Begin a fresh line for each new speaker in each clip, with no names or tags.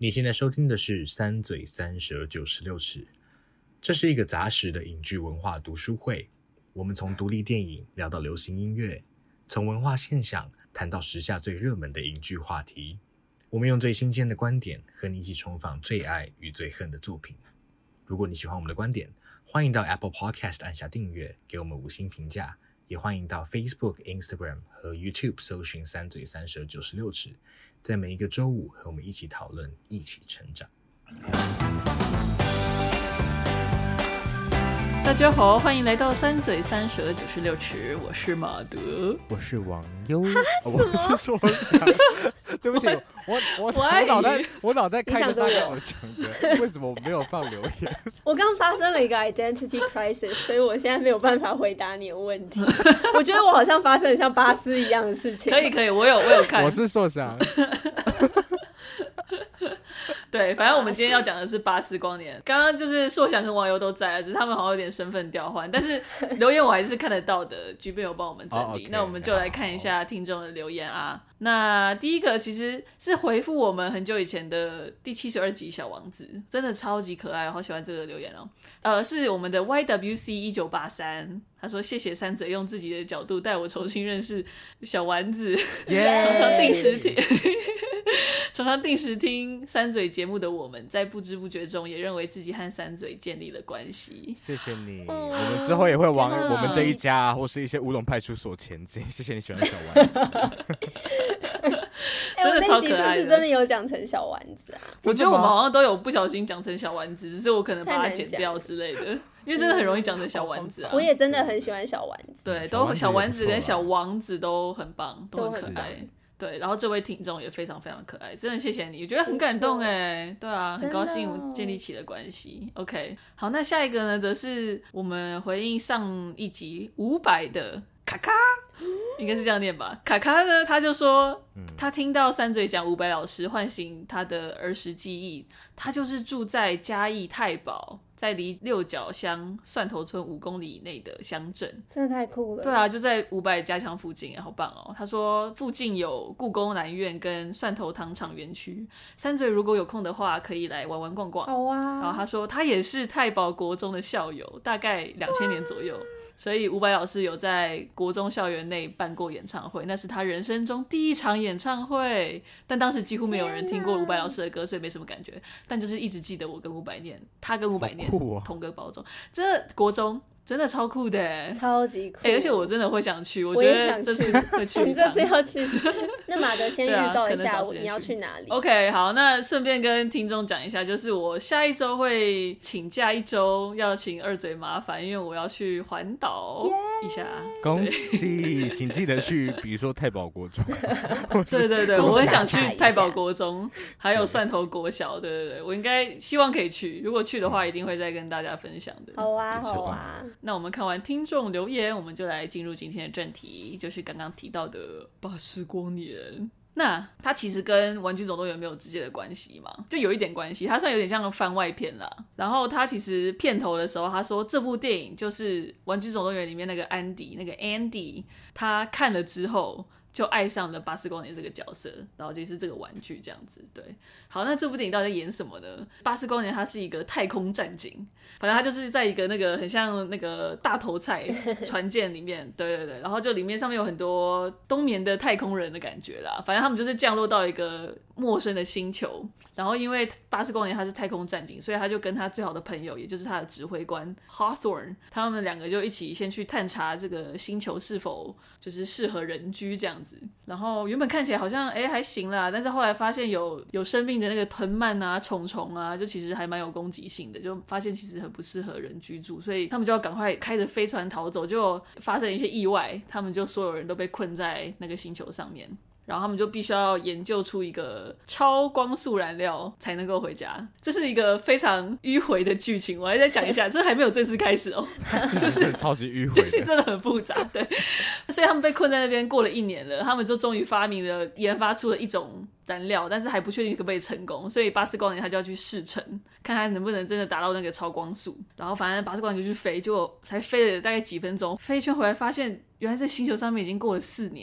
你现在收听的是三嘴三舌九十六尺，这是一个杂食的影剧文化读书会。我们从独立电影聊到流行音乐，从文化现象谈到时下最热门的影剧话题。我们用最新鲜的观点和你一起重访最爱与最恨的作品。如果你喜欢我们的观点，欢迎到 Apple Podcast 按下订阅，给我们5星评价。也欢迎到 Facebook、Instagram 和 YouTube 搜寻三嘴三舌96尺，在每一个周五和我们一起讨论，一起成长。
大家好，欢迎来到三嘴三舌96尺，我是马德，
我是网友，我是说对不起，我脑袋开着大概我想着为什么我没有放留言。
我刚发生了一个 identity crisis， 所以我现在没有办法回答你的问题。我觉得我好像发生了像巴斯一样的事情。
可以，我有看。
我是硕翔。
对，反正我们今天要讲的是巴斯光年。刚刚就是硕翔跟网友都在了，只是他们好像有点身份调换，但是留言我还是看得到的，局边有帮我们整理。那我们就来看一下听众的留言啊。那第一个其实是回复我们很久以前的第72集小王子，真的超级可爱，我好喜欢这个留言哦。是我们的 YWC1983，他说谢谢三嘴用自己的角度带我重新认识小丸子，常常定时听三嘴节目的我们，在不知不觉中也认为自己和三嘴建立了关系。
谢谢你，我们之后也会往我们这一家或是一些乌龙派出所前进。谢谢你喜欢小丸子。
真的超可爱的。
我那集是不是真的有讲成小丸子啊？
我觉得我们好像都有不小心讲成小丸子，只是我可能把它剪掉之类的，因为真的很容易讲成小丸子啊。
我也真的很喜欢小丸子。
对，都小丸子跟小王子都很棒，都很可爱。对，然后这位听众也非常非常可爱，真的谢谢你，我觉得很感动哎，对啊，很高兴建立起了关系。OK， 好，那下一个呢，则是我们回应上一集500的卡卡，应该是这样念吧。卡卡呢，他就说，他听到三嘴讲伍佰老师，唤醒他的儿时记忆。他就是住在嘉义太保，在离六角乡蒜头村5公里以内的乡镇，
真的太酷了。
对啊，就在伍佰家乡附近，好棒哦。他说附近有故宫南院跟蒜头糖厂园区，三嘴如果有空的话可以来玩玩逛逛。
好啊。
然后他说他也是太保国中的校友，大概2000年左右，所以伍佰老师有在国中校园内办过演唱会，那是他人生中第一场演唱会，但当时几乎没有人听过伍佰老师的歌，所以没什么感觉，但就是一直记得我跟伍佰念，他跟伍佰念同个高中，这国中真的超酷的，
超级酷。
而且我真的会想去，我觉得这次会去
你这次要去。那马德先预告一下，
你
要去哪里
？OK， 好，那顺便跟听众讲一下，就是我下一周会请假1周，要请二嘴麻烦，因为我要去环岛一下。
恭喜，请记得去，比如说太保国中。
对，我很想去太保国中，还有蒜头国小，对，我应该希望可以去，如果去的话，一定会再跟大家分享的。
好啊。
那我们看完听众留言，我们就来进入今天的正题，就是刚刚提到的巴斯光年。那它其实跟玩具总动员没有直接的关系嘛，就有一点关系，它算有点像番外篇啦。然后它其实片头的时候他说这部电影就是玩具总动员里面那个安迪，那个 Andy 他看了之后就爱上了巴斯光年这个角色，然后就是这个玩具这样子。对，好，那这部电影到底在演什么呢？巴斯光年它是一个太空战警，反正它就是在一个那个很像那个大头菜船舰里面，对，然后就里面上面有很多冬眠的太空人的感觉啦。反正他们就是降落到一个陌生的星球，然后因为巴斯光年他是太空战警，所以他就跟他最好的朋友，也就是他的指挥官 Hawthorne， 他们2个就一起先去探查这个星球是否就是适合人居这样子。然后原本看起来好像还行啦，但是后来发现有生命的那个藤蔓啊、虫虫啊，就其实还蛮有攻击性的，就发现其实很不适合人居住，所以他们就要赶快开着飞船逃走，就发生一些意外，他们就所有人都被困在那个星球上面。然后他们就必须要研究出一个超光速燃料才能够回家，这是一个非常迂回的剧情，我还再讲一下，这还没有正式开始哦，就是
超级迂回的，
就是真的很复杂，对，所以他们被困在那边过了1年了，他们就终于研发出了一种燃料，但是还不确定可不可以成功，所以巴斯光年他就要去试乘，看他能不能真的达到那个超光速。然后反正巴斯光年就去飞，就才飞了大概几分钟，飞一圈回来发现原来在星球上面已经过了4年，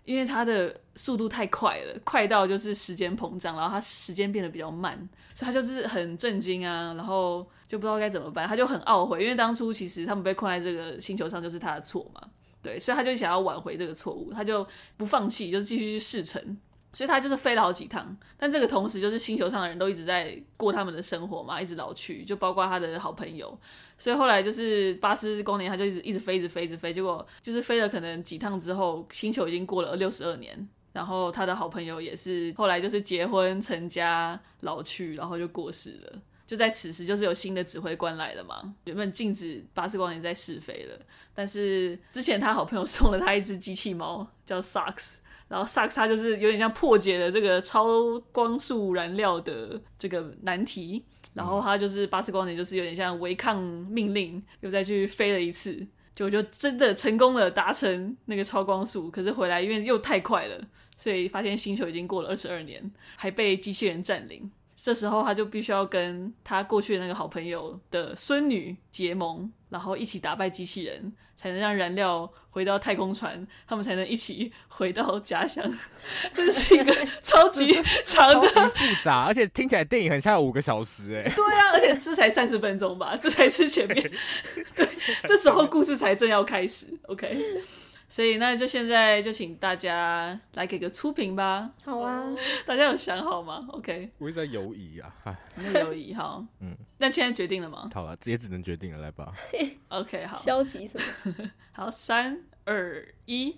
因为它的速度太快了，快到就是时间膨胀，然后它时间变得比较慢，所以他就是很震惊啊，然后就不知道该怎么办，他就很懊悔，因为当初其实他们被困在这个星球上就是他的错嘛，对，所以他就想要挽回这个错误，他就不放弃，就继续去试乘。所以他就是飞了好几趟，但这个同时就是星球上的人都一直在过他们的生活嘛，一直老去，就包括他的好朋友。所以后来就是巴斯光年，他就一直飞，结果就是飞了可能几趟之后，星球已经过了62年，然后他的好朋友也是后来就是结婚成家老去，然后就过世了。就在此时，就是有新的指挥官来了嘛，原本禁止巴斯光年再试飞了，但是之前他好朋友送了他一只机器猫叫 Sox。然后 Sox 它就是有点像破解了这个超光速燃料的这个难题，然后它就是巴斯光年就是有点像违抗命令，又再去飞了一次，就真的成功了达成那个超光速，可是回来因为又太快了，所以发现星球已经过了22年，还被机器人占领。这时候他就必须要跟他过去的那个好朋友的孙女结盟，然后一起打败机器人，才能让燃料回到太空船，他们才能一起回到家乡。这是一个超级长的、
超级复杂，而且听起来电影很像5个小时哎。
对啊，而且这才30分钟吧，这才是前面。对，这时候故事才正要开始。OK。所以那就现在就请大家来给个初评吧。
好啊，
大家有想好吗 ？OK，
我一直在犹疑啊，
那犹疑好，那现在决定了吗？
好了，也只能决定了，来吧。
OK， 好。
消极什么？
好，3、2、1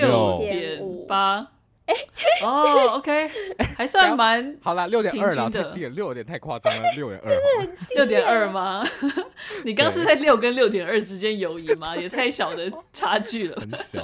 6.8。哦 ，OK， 还算蛮
好啦，6.2啦，
的
6有点太夸张了，6.2
6.2吗？你刚是在6跟6.2之间犹疑吗？也太小的差距了，
很小。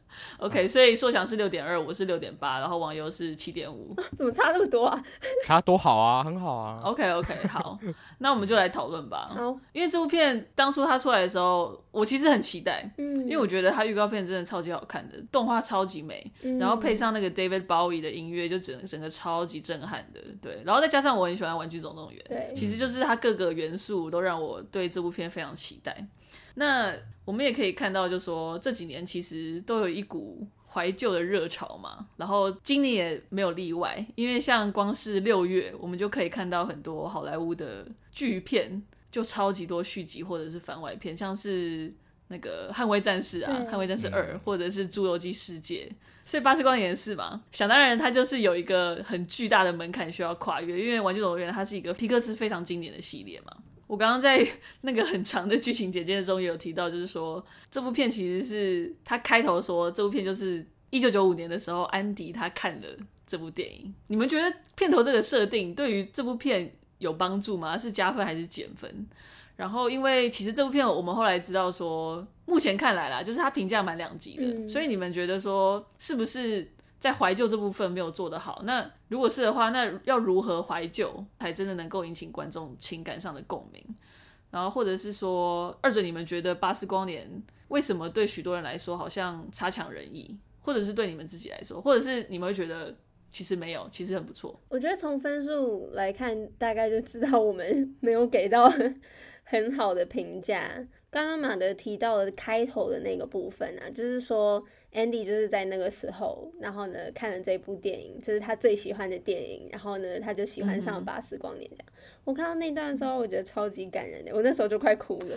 OK， 所以硕翔是6.2，我是6.8，然后网友是7.5，
怎么差这么多啊？
差多好啊，很好啊。
OK， 好，那我们就来讨论吧。
好，
因为这部片当初它出来的时候，我其实很期待，因为我觉得它预告片真的超级好看的，动画超级美，然后配上那个 David Bowie 的音乐，就整个超级震撼的，对。然后再加上我很喜欢《玩具总动员》，
对，
其实就是它各个元素都让我对这部片非常期待。那我们也可以看到，就说这几年其实都有一股怀旧的热潮嘛，然后今年也没有例外，因为像光是6月，我们就可以看到很多好莱坞的巨片，就超级多续集或者是番外片，像是那个捍卫战士啊，捍卫战士2，或者是侏罗纪世界。所以巴斯光年是嘛，想当然它就是有一个很巨大的门槛需要跨越，因为玩具总动员它是一个皮克斯非常经典的系列嘛。我刚刚在那个很长的剧情简介中也有提到，就是说这部片其实是他开头说这部片就是1995年的时候安迪他看了这部电影。你们觉得片头这个设定对于这部片有帮助吗？是加分还是减分？然后因为其实这部片我们后来知道说，目前看来啦，就是它评价蛮两极的，所以你们觉得说是不是在怀旧这部分没有做得好？那如果是的话，那要如何怀旧才真的能够引起观众情感上的共鸣？然后或者是说，二准你们觉得巴斯光年为什么对许多人来说好像差强人意，或者是对你们自己来说，或者是你们会觉得其实没有，其实很不错？
我觉得从分数来看，大概就知道我们没有给到很好的评价。刚刚马德提到的开头的那个部分啊，就是说 Andy 就是在那个时候，然后呢看了这部电影，这是他最喜欢的电影，然后呢他就喜欢上了巴斯光年这样。我看到那段的时候，我觉得超级感人的，我那时候就快哭了。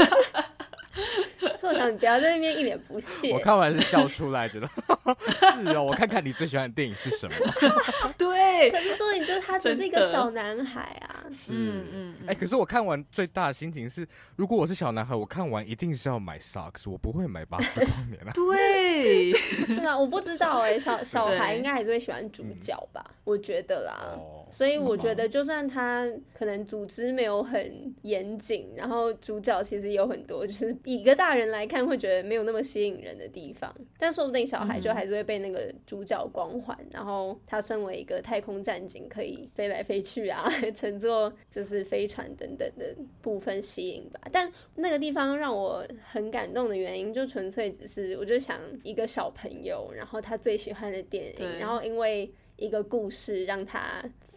所以我想你不要在那边一脸不屑。
我看完是笑出来，觉得是哦，我看看你最喜欢的电影是什么。
对，
可是重点就是他只是一个小男孩啊。
可是我看完最大的心情是，如果我是小男孩，我看完一定是要买 Sox， 我不会买巴斯光年啊。
对，
是吗？我不知道小孩应该还是会喜欢主角吧，我觉得啦。所以我觉得就算他可能组织没有很严谨，然后主角其实有很多就是以一个大人来看会觉得没有那么吸引人的地方，但说不定小孩就还是会被那个主角光环，然后他身为一个太空战警可以飞来飞去啊，乘坐就是飞船等等的部分吸引吧。但那个地方让我很感动的原因就纯粹只是我就想一个小朋友，然后他最喜欢的电影，然后因为一个故事让他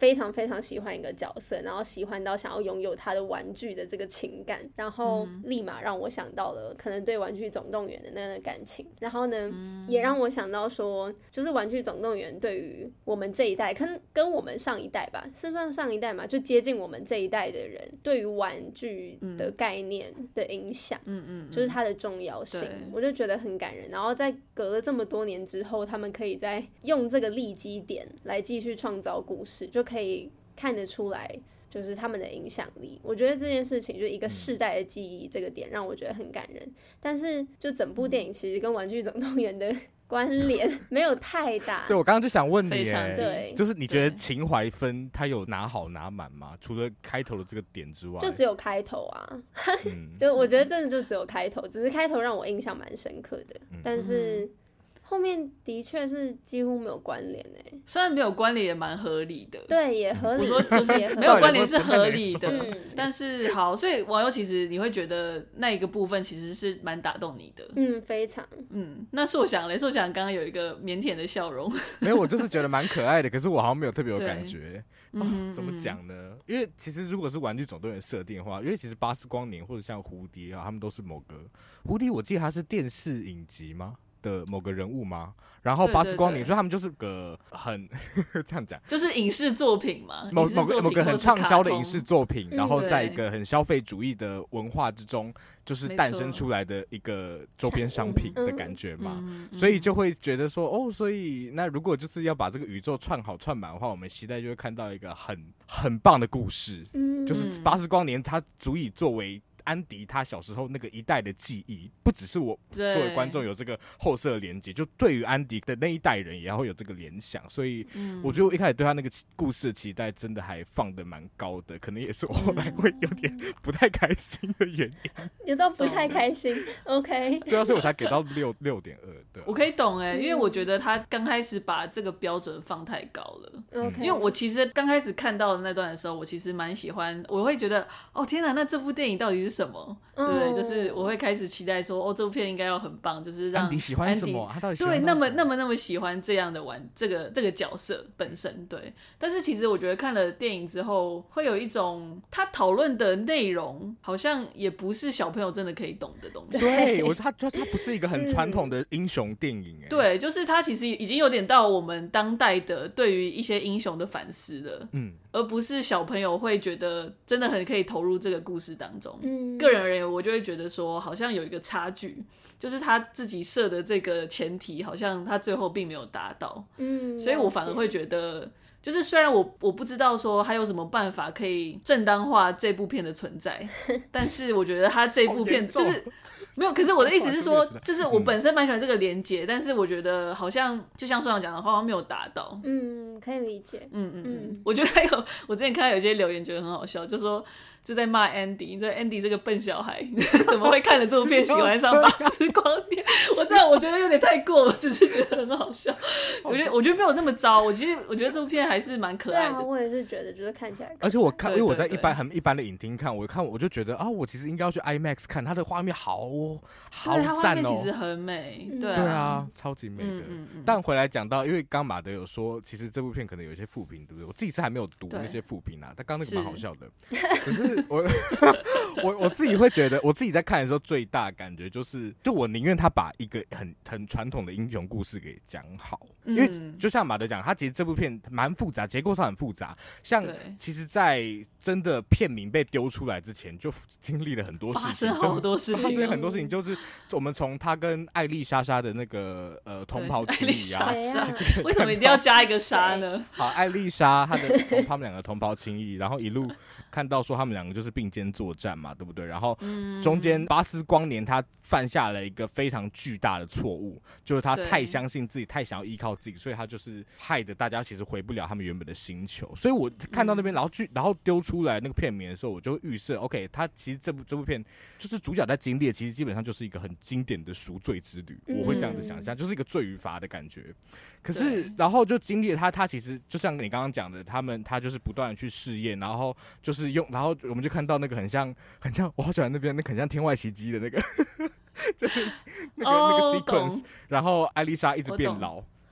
非常非常喜欢一个角色，然后喜欢到想要拥有他的玩具的这个情感，然后立马让我想到了可能对玩具总动员的那个感情，然后呢也让我想到说就是玩具总动员对于我们这一代跟我们上一代吧，是算上一代嘛，就接近我们这一代的人对于玩具的概念的影响，就是它的重要性，我就觉得很感人。然后在隔了这么多年之后，他们可以再用这个立基点来继续创造故事，就可以看得出来就是他们的影响力。我觉得这件事情就一个世代的记忆，这个点让我觉得很感人。但是就整部电影其实跟玩具总动员的关联没有太大。
对，我刚刚就想问你，
对，
就是你觉得情怀分他有拿好拿满吗？除了开头的这个点之外，
就只有开头啊。就我觉得真的就只有开头，只是开头让我印象蛮深刻的，但是后面的确是几乎没有关联欸，
虽然没有关联也蛮合理的，
对，也合理。
我说就是没有关联是合理的，但是好，所以网友其实你会觉得那一个部分其实是蛮打动你的，
非常，
那硕想刚刚有一个腼腆的笑容，
没有，我就是觉得蛮可爱的，可是我好像没有特别有感觉。怎么讲呢？因为其实如果是玩具总动员设定的话，因为其实巴斯光年或者像蝴蝶啊，他们都是某个蝴蝶，我记得他是电视影集吗？的某个人物吗？然后巴斯光年，所以他们就是个很这样讲，
就是影视作品嘛，
某个很畅销的影视作品，然后在一个很消费主义的文化之中，就是诞生出来的一个周边商品的感觉嘛，所以就会觉得说，所以那如果就是要把这个宇宙串好串满的话，我们期待就会看到一个很棒的故事，就是巴斯光年它足以作为安迪他小时候那个一代的记忆，不只是我作为观众有这个后设连接，就对于安迪的那一代人也要会有这个联想，所以我觉得我一开始对他那个故事的期待真的还放得蛮高的，可能也是我后来会有点不太开心的原因。
有到不太开心，OK？
对啊，所以我才给到6.2。对，
我可以懂因为我觉得他刚开始把这个标准放太高了。因为我其实刚开始看到的那段的时候，我其实蛮喜欢，我会觉得天哪，那这部电影到底是什么？对不对？就是我会开始期待说，这部片应该要很棒，就是让
安迪喜欢什么？他到底喜欢
对那么喜欢这样的这个角色本身。对，但是其实我觉得看了电影之后，会有一种他讨论的内容好像也不是小朋友真的可以懂的东西。
对，我觉得他不是一个很传统的英雄电影。
对，就是他其实已经有点到我们当代的对于一些英雄的反思了，而不是小朋友会觉得真的很可以投入这个故事当中。个人而言，我就会觉得说好像有一个差距，就是他自己设的这个前提好像他最后并没有达到，所以我反而会觉得就是虽然我不知道说还有什么办法可以正当化这部片的存在，但是我觉得他这部片就是没有，可是我的意思是说，就是我本身蛮喜欢这个连结，但是我觉得好像就像硕阳讲的，好像没有达到。
可以理解。
我觉得还有，我之前看到有些留言觉得很好笑，就说就在骂 Andy， 就 Andy 这个笨小孩怎么会看了这部片喜欢上巴斯光年？我觉得有点太过，我只是觉得很好笑。我觉得没有那么糟，我觉得这部片还是蛮可爱的。
我也是觉得，就是看起来
而且我看，因为我在很一般的影厅看，我就觉得我其实应该要去 IMAX 看，它的画面好赞
它画面其实很美，对
啊，超级美的。但回来讲到，因为刚马德有说，其实这部片可能有一些负评，对不对？我自己是还没有读那些负评啊，但刚那个蛮好笑的。可是我自己会觉得，我自己在看的时候最大的感觉就是，就我宁愿他把一个很传统的英雄故事给讲好，因为就像马德讲，他其实这部片蛮复杂，结构上很复杂。像其实，在真的片名被丢出来之前，就经历了很多事情，
发生好多事情，
发生很多事情，就是我们从他跟艾丽莎莎的那个同袍情谊啊，
为什么一定要加一个莎呢？
好，艾丽莎他们两个同袍情谊，然后一路看到说他们两个就是并肩作战嘛，对不对？然后中间巴斯光年他犯下了一个非常巨大的错误，就是他太相信自己，太想要依靠自己，所以他就是害得大家其实回不了他们原本的星球。所以我看到那边，然后丢出来那个片名的时候，我就预设 OK， 他其实这部片就是主角在经历的，其实基本上就是一个很经典的赎罪之旅，我会这样子想象，就是一个罪与罚的感觉。可是然后就经历了他其实就像你刚刚讲的，他就是不断的去试验，然后就是然后我们就看到那个很像，我好喜欢那边那个很像天外奇迹的那个，就是那个 sequence， 然后艾丽莎一直变老。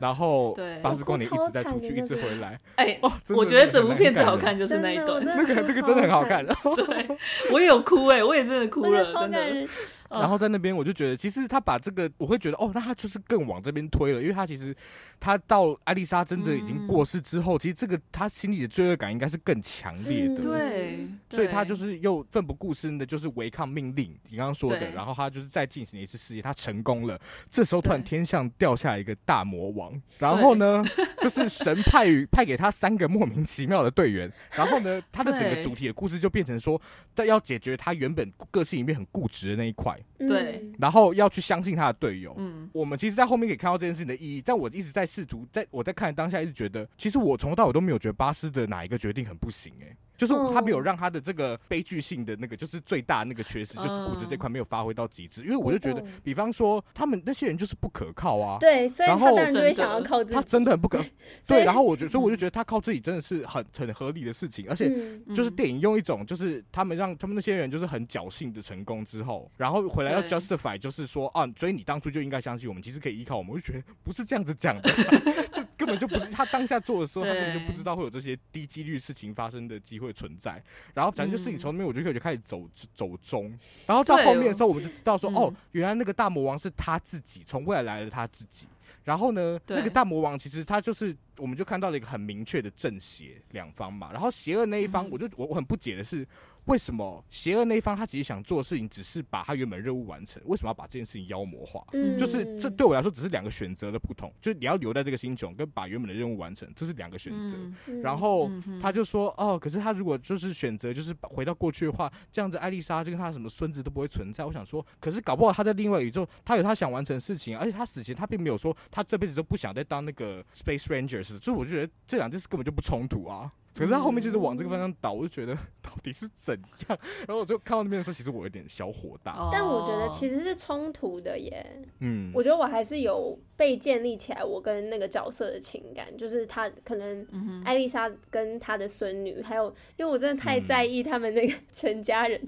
然后
对
巴斯光年一直在出去，一直回来。
我觉得整部片最好看就是那一段，
那个真的很好看。
对，我也有哭我也真的哭了，真的。
然后在那边我就觉得，其实他把这个，我会觉得那他就是更往这边推了，因为他其实他到艾丽莎真的已经过世之后，其实这个他心里的罪恶感应该是更强烈的。
对，
所以他就是又奋不顾身的，就是违抗命令，你刚刚说的，然后他就是再进行一次试验，他成功了。这时候突然天上掉下一个大魔王，然后呢，就是神派给他3个莫名其妙的队员，然后呢，他的整个主题的故事就变成说，要解决他原本个性里面很固执的那一块。
对，
然后要去相信他的队友。我们其实，在后面可以看到这件事情的意义。但我一直在试图，我在看的当下，一直觉得，其实我从头到尾都没有觉得巴斯的哪一个决定很不行就是他没有让他的这个悲剧性的那个，就是最大那个缺失，就是骨质这块没有发挥到极致。因为我就觉得，比方说他们那些人就是不可靠啊。
对，所以他当然就会想要靠自己。
他真的很不可对，然后所以我就觉得他靠自己真的是很合理的事情，而且就是电影用一种就是他们让他们那些人就是很侥幸的成功之后，然后回来要 justify， 就是说所以你当初就应该相信我们，其实可以依靠我们。我就觉得不是这样子讲的，这根本就不是他当下做的时候，他根本就不知道会有这些低几率事情发生的机会存在。然后反正就事情从那边我就开始走中，然后到后面的时候我们就知道说原来那个大魔王是他自己，从未来来的他自己。然后呢，那个大魔王其实他就是，我们就看到了一个很明确的正邪两方嘛。然后邪恶那一方，我很不解的是，为什么邪恶那一方他其实想做的事情只是把他原本任务完成，为什么要把这件事情妖魔化？就是这对我来说只是2个选择的不同，就是你要留在这个星球跟把原本的任务完成，这是2个选择。然后他就说可是他如果就是选择就是回到过去的话，这样子艾丽莎就跟他什么孙子都不会存在。我想说，可是搞不好他在另外宇宙，他有他想完成的事情，而且他死前他并没有说他这辈子都不想再当那个 Space Rangers， 所以我就觉得这2件事根本就不冲突啊。可是他后面就是往这个方向倒，我就觉得到底是怎样？然后我就看到那边的时候，其实我有点小火大。
但我觉得其实是冲突的耶。我觉得我还是有被建立起来我跟那个角色的情感，就是他可能艾丽莎跟他的孙女，还有因为我真的太在意他们那个全家人。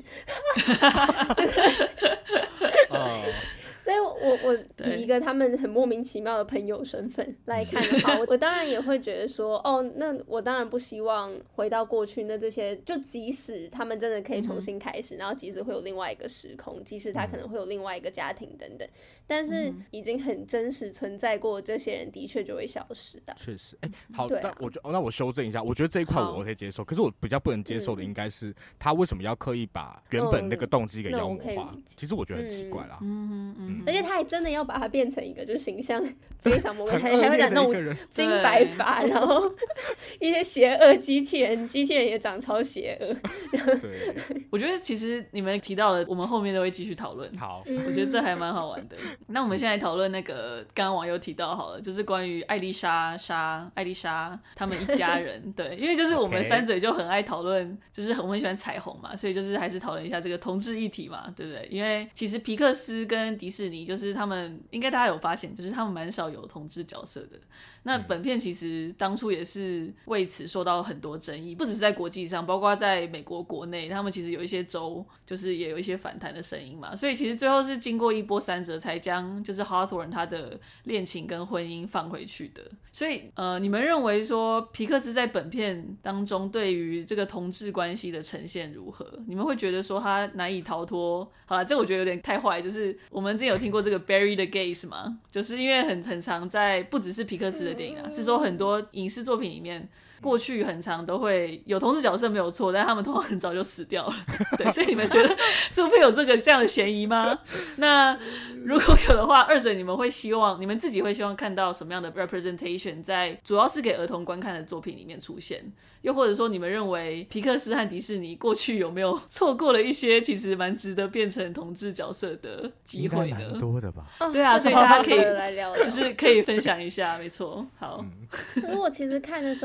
所以我以一个他们很莫名其妙的朋友身份来看的话，我当然也会觉得说，那我当然不希望回到过去，那这些就即使他们真的可以重新开始，然后即使会有另外一个时空，即使他可能会有另外一个家庭等等，但是已经很真实存在过这些人的确就会消失的。
确实，好，那我修正一下，我觉得这一块我可以接受，可是我比较不能接受的应该是他为什么要刻意把原本那个动机给妖魔化？其实我觉得很奇怪啦。
而且他还真的要把它变成一个就是形象非常魔鬼，还会染那种金白发，然后一些邪恶机器人也长超邪恶。
对，
我觉得其实你们提到的，我们后面都会继续讨论。
好，
我觉得这还蛮好玩的。那我们现在讨论那个刚刚网友提到好了，就是关于艾丽莎他们一家人。对，因为就是我们三嘴就很爱讨论，就是我很喜欢彩虹嘛，所以就是还是讨论一下这个同志议题嘛，对不对？因为其实皮克斯跟迪士尼就是他们应该大家有发现，就是他们蛮少有同志角色的。那本片其实当初也是为此受到很多争议，不只是在国际上，包括在美国国内，他们其实有一些州就是也有一些反弹的声音嘛。所以其实最后是经过一波三折才将就是 Hawthorne 他的恋情跟婚姻放回去的。所以你们认为说皮克斯在本片当中对于这个同志关系的呈现如何？你们会觉得说他难以逃脱？好啦，这我觉得有点太坏，就是我们之前有听过这个 Bury the Gays 嘛，就是因为很常在不只是皮克斯的电影啊，是说很多影视作品里面过去很常都会有同志角色没有错，但他们通常很早就死掉了。对，所以你们觉得这部片有这样的嫌疑吗？那如果有的话，二者你们自己会希望看到什么样的 representation 在主要是给儿童观看的作品里面出现？又或者说你们认为皮克斯和迪士尼过去有没有错过了一些其实蛮值得变成同志角色的机会呢？
应该蛮多的吧。
对啊，所以大家可以就是可以分享一下。没错。好，
可是我其实看的时候没有特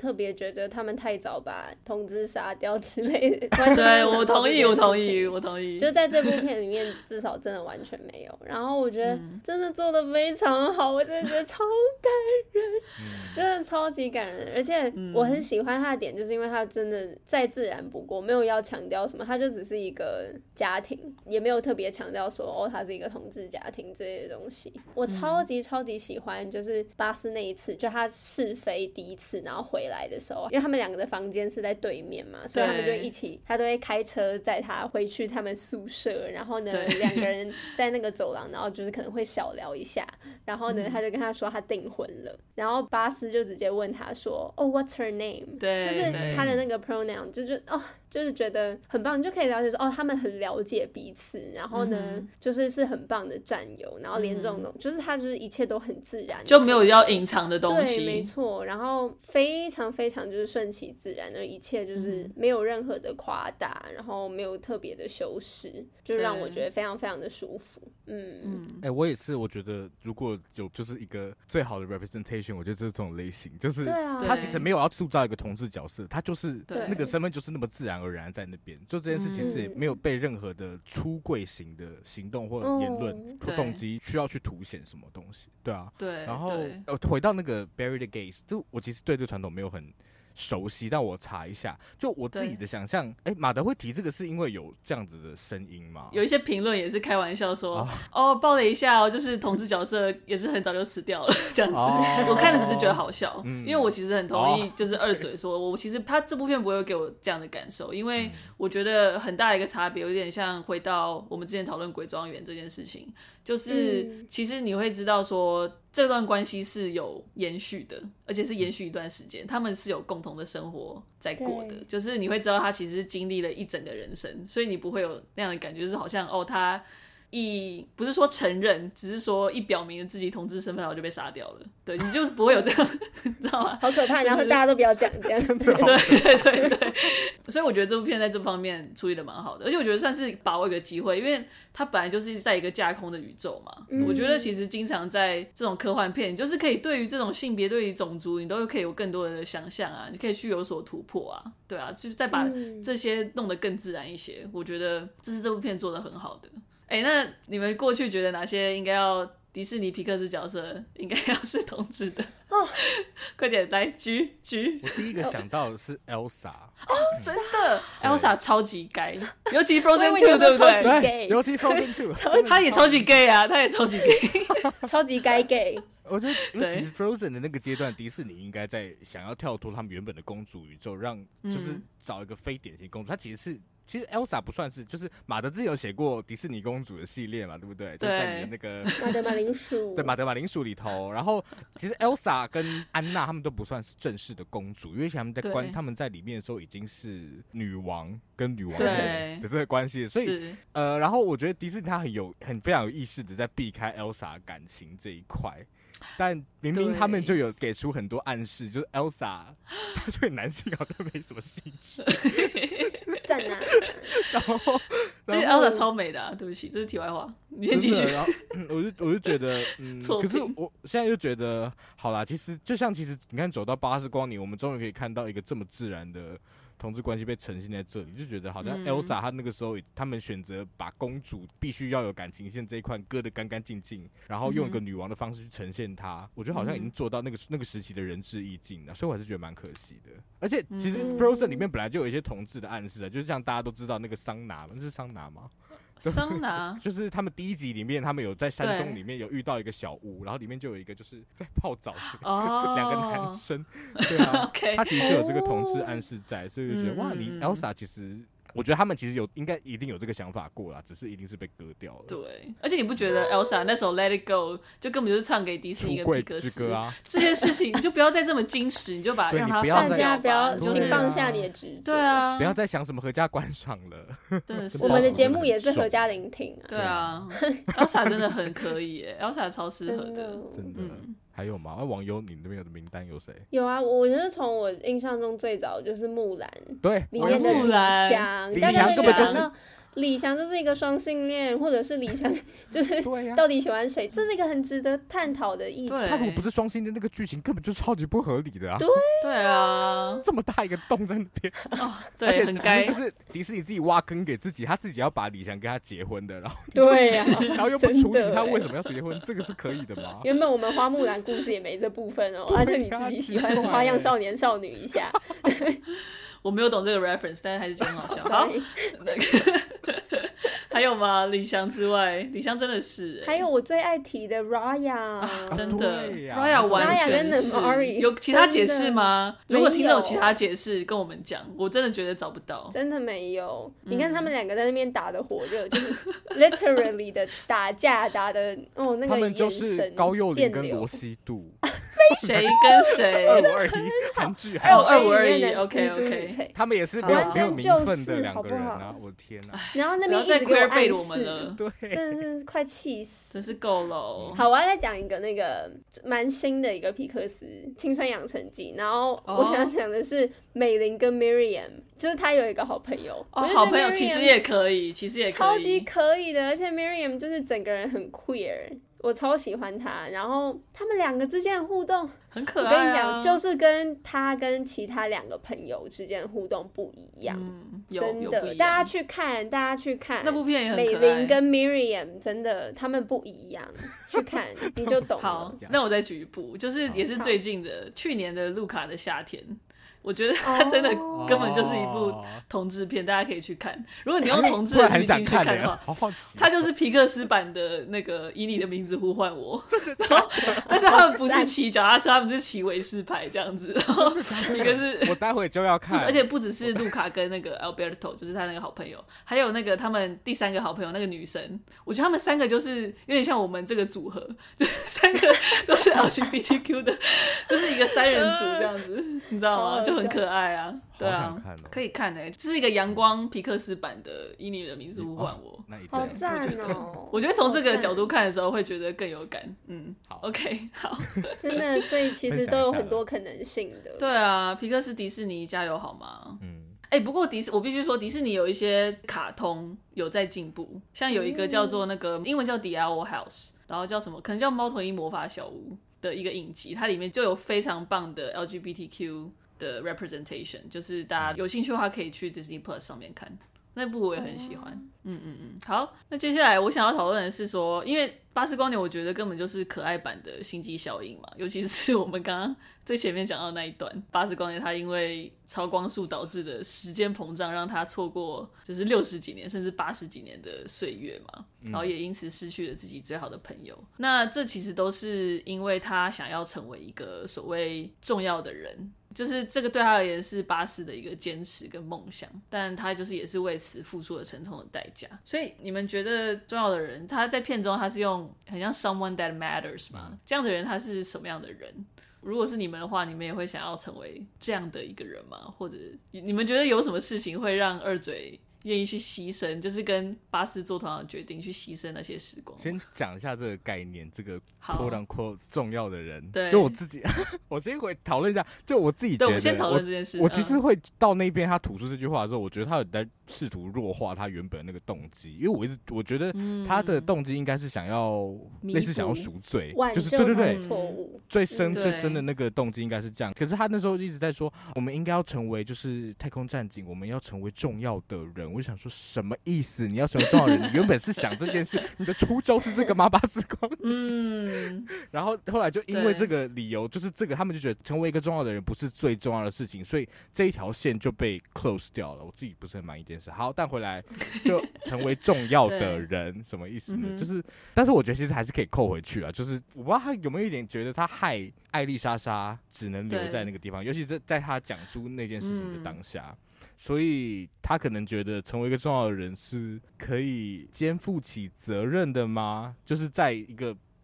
特别觉得他们太早把同志杀掉之类的。
对，我同意。
就在这部片里面，至少真的完全没有。然后我觉得真的做得非常好，我真的觉得超感人，真的超级感人。而且我很喜欢他的点，就是因为他真的再自然不过，没有要强调什么，他就只是一个家庭，也没有特别强调说他是一个同志家庭这些东西。我超级喜欢，就是巴斯那一次，就他试飞第一次，然后回来的时候，因为他们两个的房间是在对面嘛，所以他们就一起，他都会开车载他回去他们宿舍，然后呢两个人在那个走廊，然后就是可能会小聊一下，然后呢他就跟他说他订婚了，然后巴斯就直接问他说what's her name，
对，
就是他的那个 pronoun， 就是觉得很棒，你就可以了解说他们很了解彼此，然后呢就是很棒的战友，然后连这种就是他就是一切都很自然，
就没有要隐藏的东西，
对，没错，然后非常就是顺其自然的一切，就是没有任何的夸大，然后没有特别的修饰，就让我觉得非常的舒服。
我也是，我觉得如果有就是一个最好的 representation， 我觉得就是这种类型，就是他其实没有要塑造一个同志角色，他就是那个身份就是那么自然而然在那边，就这件事其实也没有被任何的出柜型的行动或者言论或动机需要去凸显什么东西，对啊，
对。
然后回到那个 Bury the Gays， 就我其实对这个传统没有很熟悉，但我查一下，就我自己的想象，马德会提这个是因为有这样子的声音吗？
有一些评论也是开玩笑说，爆了一下就是同志角色也是很早就死掉了这样子。我看了只是觉得好笑，因为我其实很同意，就是二嘴说，我其实他这部片不会给我这样的感受，因为我觉得很大的一个差别，有点像回到我们之前讨论鬼庄园这件事情，就是其实你会知道说这段关系是有延续的，而且是延续一段时间，他们是有共同的生活在过的，就是你会知道他其实经历了一整个人生，所以你不会有那样的感觉，就是好像他不是说承认，只是说一表明自己同志身份，然后就被杀掉了。对，你就是不会有这样，你知道吗？
好可怕，然后大家都不要讲这样。
对，所以我觉得这部片在这方面处理的蛮好的，而且我觉得算是把握一个机会，因为它本来就是在一个架空的宇宙嘛。我觉得其实经常在这种科幻片，你就是可以对于这种性别、对于种族，你都可以有更多的想象啊，你可以去有所突破啊，对啊，就再把这些弄得更自然一些。我觉得这是这部片做的很好的。那你们过去觉得哪些应该要迪士尼皮克斯角色应该要是同志的？快点来举。
我第一个想到的是 Elsa。
真的 ，Elsa 超级该，尤其 Frozen 2， 对不对？
尤其 Frozen 2，
他也超级 gay 啊，他也超级 gay，
超级该 gay。
我觉得，因为其实 Frozen 的那个阶段，迪士尼应该在想要跳脱他们原本的公主宇宙，让就是找一个非典型公主。她其实 Elsa 不算是，就是马德之前有写过迪士尼公主的系列嘛，对不对？就在你的那个
马德马铃薯，
对，马德马铃薯里头。然后其实 Elsa 跟安娜他们都不算是正式的公主，因为他们在里面的时候已经是女王跟女王后的这个关系，所以然后我觉得迪士尼他非常有意识的在避开 Elsa 感情这一块。但明明他们就有给出很多暗示，就是 Elsa 她对男性好像没什么兴趣。
赞啊！
然后
Elsa 超美的对不起，这是题外话，你先继续。
然后我就觉得，可是我现在就觉得，好啦，其实你看走到巴斯光年，我们终于可以看到一个这么自然的同志关系被呈现在这里，就觉得好像 Elsa 她那个时候他们选择把公主必须要有感情线这一块割得干干净净，然后用一个女王的方式去呈现她，我觉得好像已经做到那个时期的仁至义尽了，所以我还是觉得蛮可惜的。而且其实 Frozen 里面本来就有一些同志的暗示啊，就是像大家都知道那个桑拿，那是桑拿吗？
桑拿
就是他们第一集里面，他们有在山中里面有遇到一个小屋，然后里面就有一个就是在泡澡的两个男生，对啊，他其实就有这个同志暗示在，所以就觉得哇，你 Elsa 其实。我觉得他们其实一定有这个想法过啦，只是一定是被割掉了。
对，而且你不觉得 Elsa 那首 Let It Go 就根本就是唱给迪士尼跟皮克斯啊？这件事情你就不要再这么矜持，你就把让他
大家不要请放下你的执着，
对啊，
不要再想什么合家观赏了。
真的是，
我们的节目也是合家聆听啊。
对啊，Elsa 真的很可以耶，Elsa 超适合的，
真的。还有吗？网友你那边的名单有谁？
有啊，我觉得从我印象中最早就是木兰，
对，
里面的李翔，
李翔根本就是
李翔就是一个双性恋，或者是李翔就是到底喜欢谁，这是一个很值得探讨的议题。
他如果不是双性恋，那个剧情根本就超级不合理的啊！
对啊，
这么大一个洞在那边，
对，
而且
很该
就是迪士尼自己挖坑给自己，他自己要把李翔跟他结婚的，然后
对呀，
然后又不处理他为什么要结婚，这个是可以的吗？
原本我们花木兰故事也没这部分哦，而且你自己喜欢花样少年少女一下。
我没有懂这个 reference， 但是还是觉得很好笑。好，那个还有吗？李翔之外，李翔真的是、
还有我最爱提的 Raya，、
真的、
Raya
完全是。有其他解释吗？如果听到有其他解释，跟我们讲。我真的觉得找不到，
真的没有。你看他们两个在那边打的火热，就是 literally 的打架，打的那个眼神，
他们就是高幼霖跟罗西度。
谁跟谁
？2521韩剧
，2521 OK，
他们也是没有名分的两个人啊！我的天哪！
然后那边一直给我暗示
了，
对，
真的是快气死，
真是够了。
好，我要再讲一个那个蛮新的一个皮克斯《青春养成记》，然后我想讲的是美玲跟 Miriam， 就是他有一一个好朋友，
好朋友其实也可以，
超级可以的，而且 Miriam 就是整个人很 queer。我超喜欢他，然后他们两个之间的互动
很可爱、啊。
我跟你讲，就是跟他跟其他两个朋友之间的互动不一样，真的。大家去看
那部片也很可爱。
美玲跟 Miriam 真的他们不一样，去看你就懂了。
好，那我再举一部，就是也是最近的，去年的《路卡的夏天》。我觉得它真的根本就是一部同志片，大家可以去看。如果你用同志的女性去看的话，它就是皮克斯版的那个《以你的名字呼唤我》。但是他们不是骑脚踏车，他们是骑维士牌这样子。然后一个是
我待会就要看，
而且不只是路卡跟那个 Alberto， 就是他那个好朋友，还有那个他们第三个好朋友那个女生。我觉得他们三个就是有点像我们这个组合，就是三个都是 LGBTQ 的，就是一个三人组这样子，你知道吗？就很可爱啊，对啊，可以看这是一个阳光皮克斯版的《以你的名字呼唤我》，
好赞哦！
我觉得从这个角度看的时候，会觉得更有感。好 ，OK， 好，
真的，所以其实都有很多可能性的。
对啊，皮克斯、迪士尼加油好吗？不过我必须说，迪士尼有一些卡通有在进步，像有一个叫做那个英文叫 The Owl House， 然后叫什么，可能叫猫头鹰魔法小屋的一个影集，它里面就有非常棒的 LGBTQ 的 representation， 就是大家有兴趣的话可以去 Disney Plus 上面看，那部我也很喜欢。好，那接下来我想要讨论的是说，因为巴斯光年我觉得根本就是可爱版的星际效应嘛，尤其是我们刚刚最前面讲到那一段，巴斯光年他因为超光速导致的时间膨胀，让他错过就是60几年甚至80几年的岁月嘛，然后也因此失去了自己最好的朋友。那这其实都是因为他想要成为一个所谓重要的人，就是这个对他而言是巴斯的一个坚持跟梦想，但他就是也是为此付出了沉重的代价。所以你们觉得重要的人，他在片中他是用很像 someone that matters 吗？这样的人他是什么样的人？如果是你们的话，你们也会想要成为这样的一个人吗？或者你们觉得有什么事情会让二嘴愿意去牺牲，就是跟巴斯做同样的决定，去牺牲那些时光？
先讲一下这个概念，这个 quote unquote 重要的人。
对，
就我自己，我先回讨论一下，就我自己觉得，
对，我们先讨论这件事。
我其实会到那边他吐出这句话的时候，我觉得他有在试图弱化他原本那个动机，因为我觉得他的动机应该是想要类似想要赎罪，就是对，
错误
最深的那个动机应该是这样。可是他那时候一直在说，我们应该要成为就是太空战警，我们要成为重要的人。我就想说什么意思？你要成为重要的人，你原本是想这件事，你的初衷是这个吗？巴斯光？然后后来就因为这个理由，就是这个他们就觉得成为一个重要的人不是最重要的事情，所以这一条线就被 close 掉了。我自己不是很满意这件事。好，但回来就成为重要的人，什么意思呢？就是，但是我觉得其实还是可以扣回去啊。就是我不知道他有没有一点觉得他害艾丽莎莎只能留在那个地方，尤其是在他讲出那件事情的当下。所以他可能觉得成为一个重要的人是可以肩负起责任的吗？就是在一个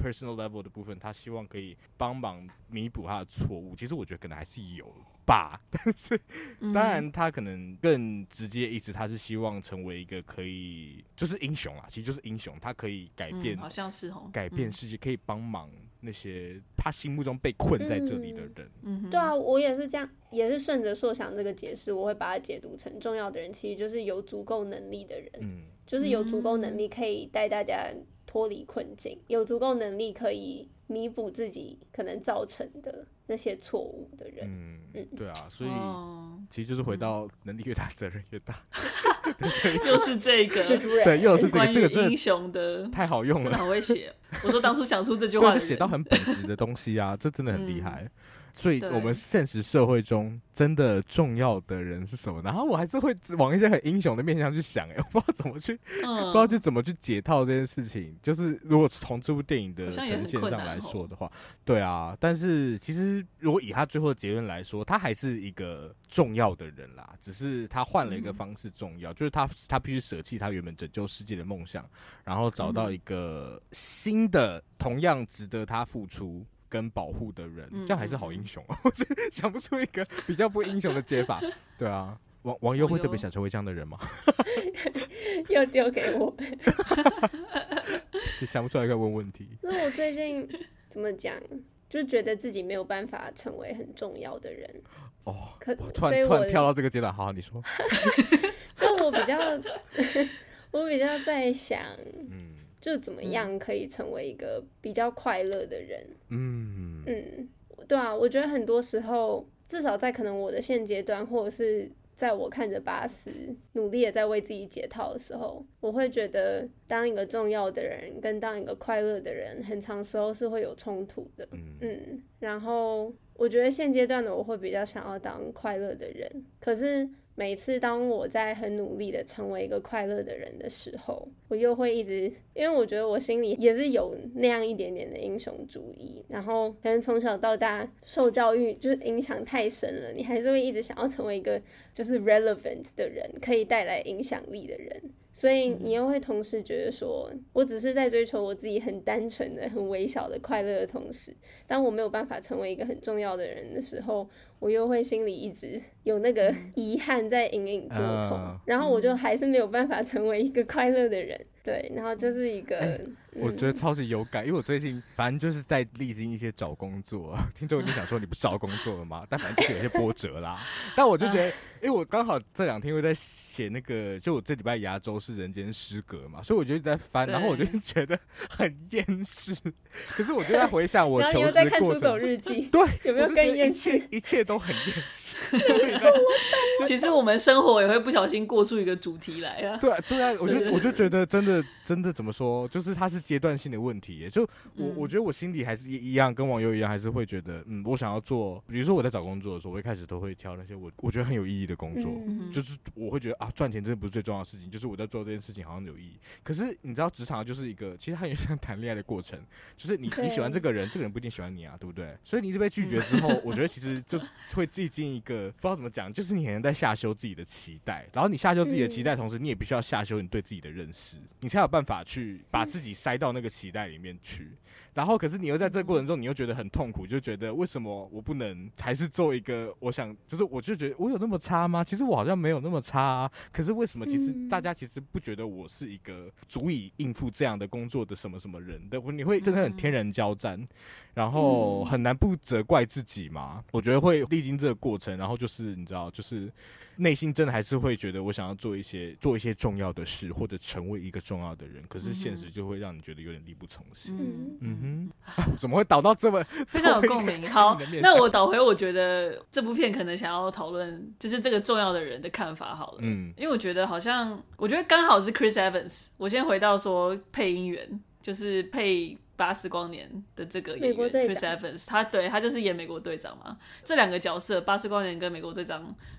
personal level 的部分，他希望可以帮忙弥补他的错误。其实我觉得可能还是有吧，但是当然他可能更直接意思，他是希望成为一个可以就是英雄啦，其实就是英雄，他可以改变，
好像是
改变世界，可以帮忙那些他心目中被困在这里的人。
对啊，我也是这样，也是顺着硕想这个解释，我会把它解读成重要的人其实就是有足够能力的人，就是有足够能力可以带大家脱离困境，有足够能力可以弥补自己可能造成的那些错误的人。
对啊，所以其实就是回到能力越大责任越大。
又是这个
对，又是这个，这个
英雄的
太好用了，
真的很会写。我说当初想出这句话的人，
就写到很本质的东西啊，这真的很厉害。所以我们现实社会中真的重要的人是什么？然后我还是会往一些很英雄的面向去想，我不知道怎么去，不知道怎么去解套这件事情。就是如果从这部电影的呈现上来说的话，对啊。但是其实如果以他最后的结论来说，他还是一个重要的人啦，只是他换了一个方式重要，就是他必须舍弃他原本拯救世界的梦想，然后找到一个新的同样值得他付出跟保护的人，这样还是好英雄我是想不出一个比较不英雄的解法。对啊，网友会特别想成为这样的人吗？
又丢给我
想不出来，可以问问题。
那我最近怎么讲，就觉得自己没有办法成为很重要的人。突然跳到这个阶段，好，你说。就我比较在想，就怎么样可以成为一个比较快乐的人。对啊，我觉得很多时候，至少在可能我的现阶段，或者是在我看着巴斯努力的在为自己解套的时候，我会觉得当一个重要的人跟当一个快乐的人，很长时候是会有冲突的。然后我觉得现阶段的我会比较想要当快乐的人，可是每次当我在很努力的成为一个快乐的人的时候，我又会一直，因为我觉得我心里也是有那样一点点的英雄主义，然后可能从小到大受教育就是影响太深了，你还是会一直想要成为一个就是 relevant 的人，可以带来影响力的人。所以你又会同时觉得说，我只是在追求我自己很单纯的、很微小的快乐的同时，当我没有办法成为一个很重要的人的时候，我又会心里一直有那个遗憾在隐隐作痛，然后我就还是没有办法成为一个快乐的人。对，然后就是一个
我觉得超级有感，因为我最近反正就是在历经一些找工作，听众一定想说你不找工作了吗？但反正就是有些波折啦。但我就觉得，因为我刚好这2天又在写那个，就我这礼拜牙周是人间失格嘛，所以我就一直在翻，然后我就觉得很厌世。可是我就在回想我求职过程，
然后你又在看出走日记，
对，
有没有更厌世？
一切都很厌世。
其实我们生活也会不小心过出一个主题来啊。
对啊，我就觉得真的怎么说，就是它是阶段性的问题耶。就我觉得我心里还是一样，跟网友一样，还是会觉得，我想要做，比如说我在找工作的时候，我一开始都会挑那些我觉得很有意义的工作，就是我会觉得赚钱真的不是最重要的事情，就是我在做这件事情好像有意义。可是你知道，职场就是一个，其实它有点像谈恋爱的过程，就是你喜欢这个人，这个人不一定喜欢你啊，对不对？所以你一直被拒绝之后，我觉得其实就会自己进一个不知道怎么讲，就是你可能在下修自己的期待，然后你下修自己的期待，同时你也必须要下修你对自己的认识，你才有办法去把自己塞到那个期待里面去。然后可是你又在这个过程中，你又觉得很痛苦，就觉得为什么我不能还是做一个我想，就是我就觉得我有那么差吗？其实我好像没有那么差啊。可是为什么其实大家其实不觉得我是一个足以应付这样的工作的什么什么人的？你会真的很天人交战，然后很难不责怪自己嘛。我觉得会历经这个过程，然后就是你知道，就是内心真的还是会觉得我想要做一些重要的事，或者成为一个重要的人。可是现实就会让你觉得有点力不从心。怎么会导到这么
非常有共鸣？好，那我导回我觉得这部片可能想要讨论就是这个重要的人的看法好了。因为我觉得我觉得刚好是 Chris Evans。我先回到说配音员，就是配巴斯光年的这个演员 Chris Evans， 他就是演美国队长嘛。这2个角色巴斯光年跟美国队长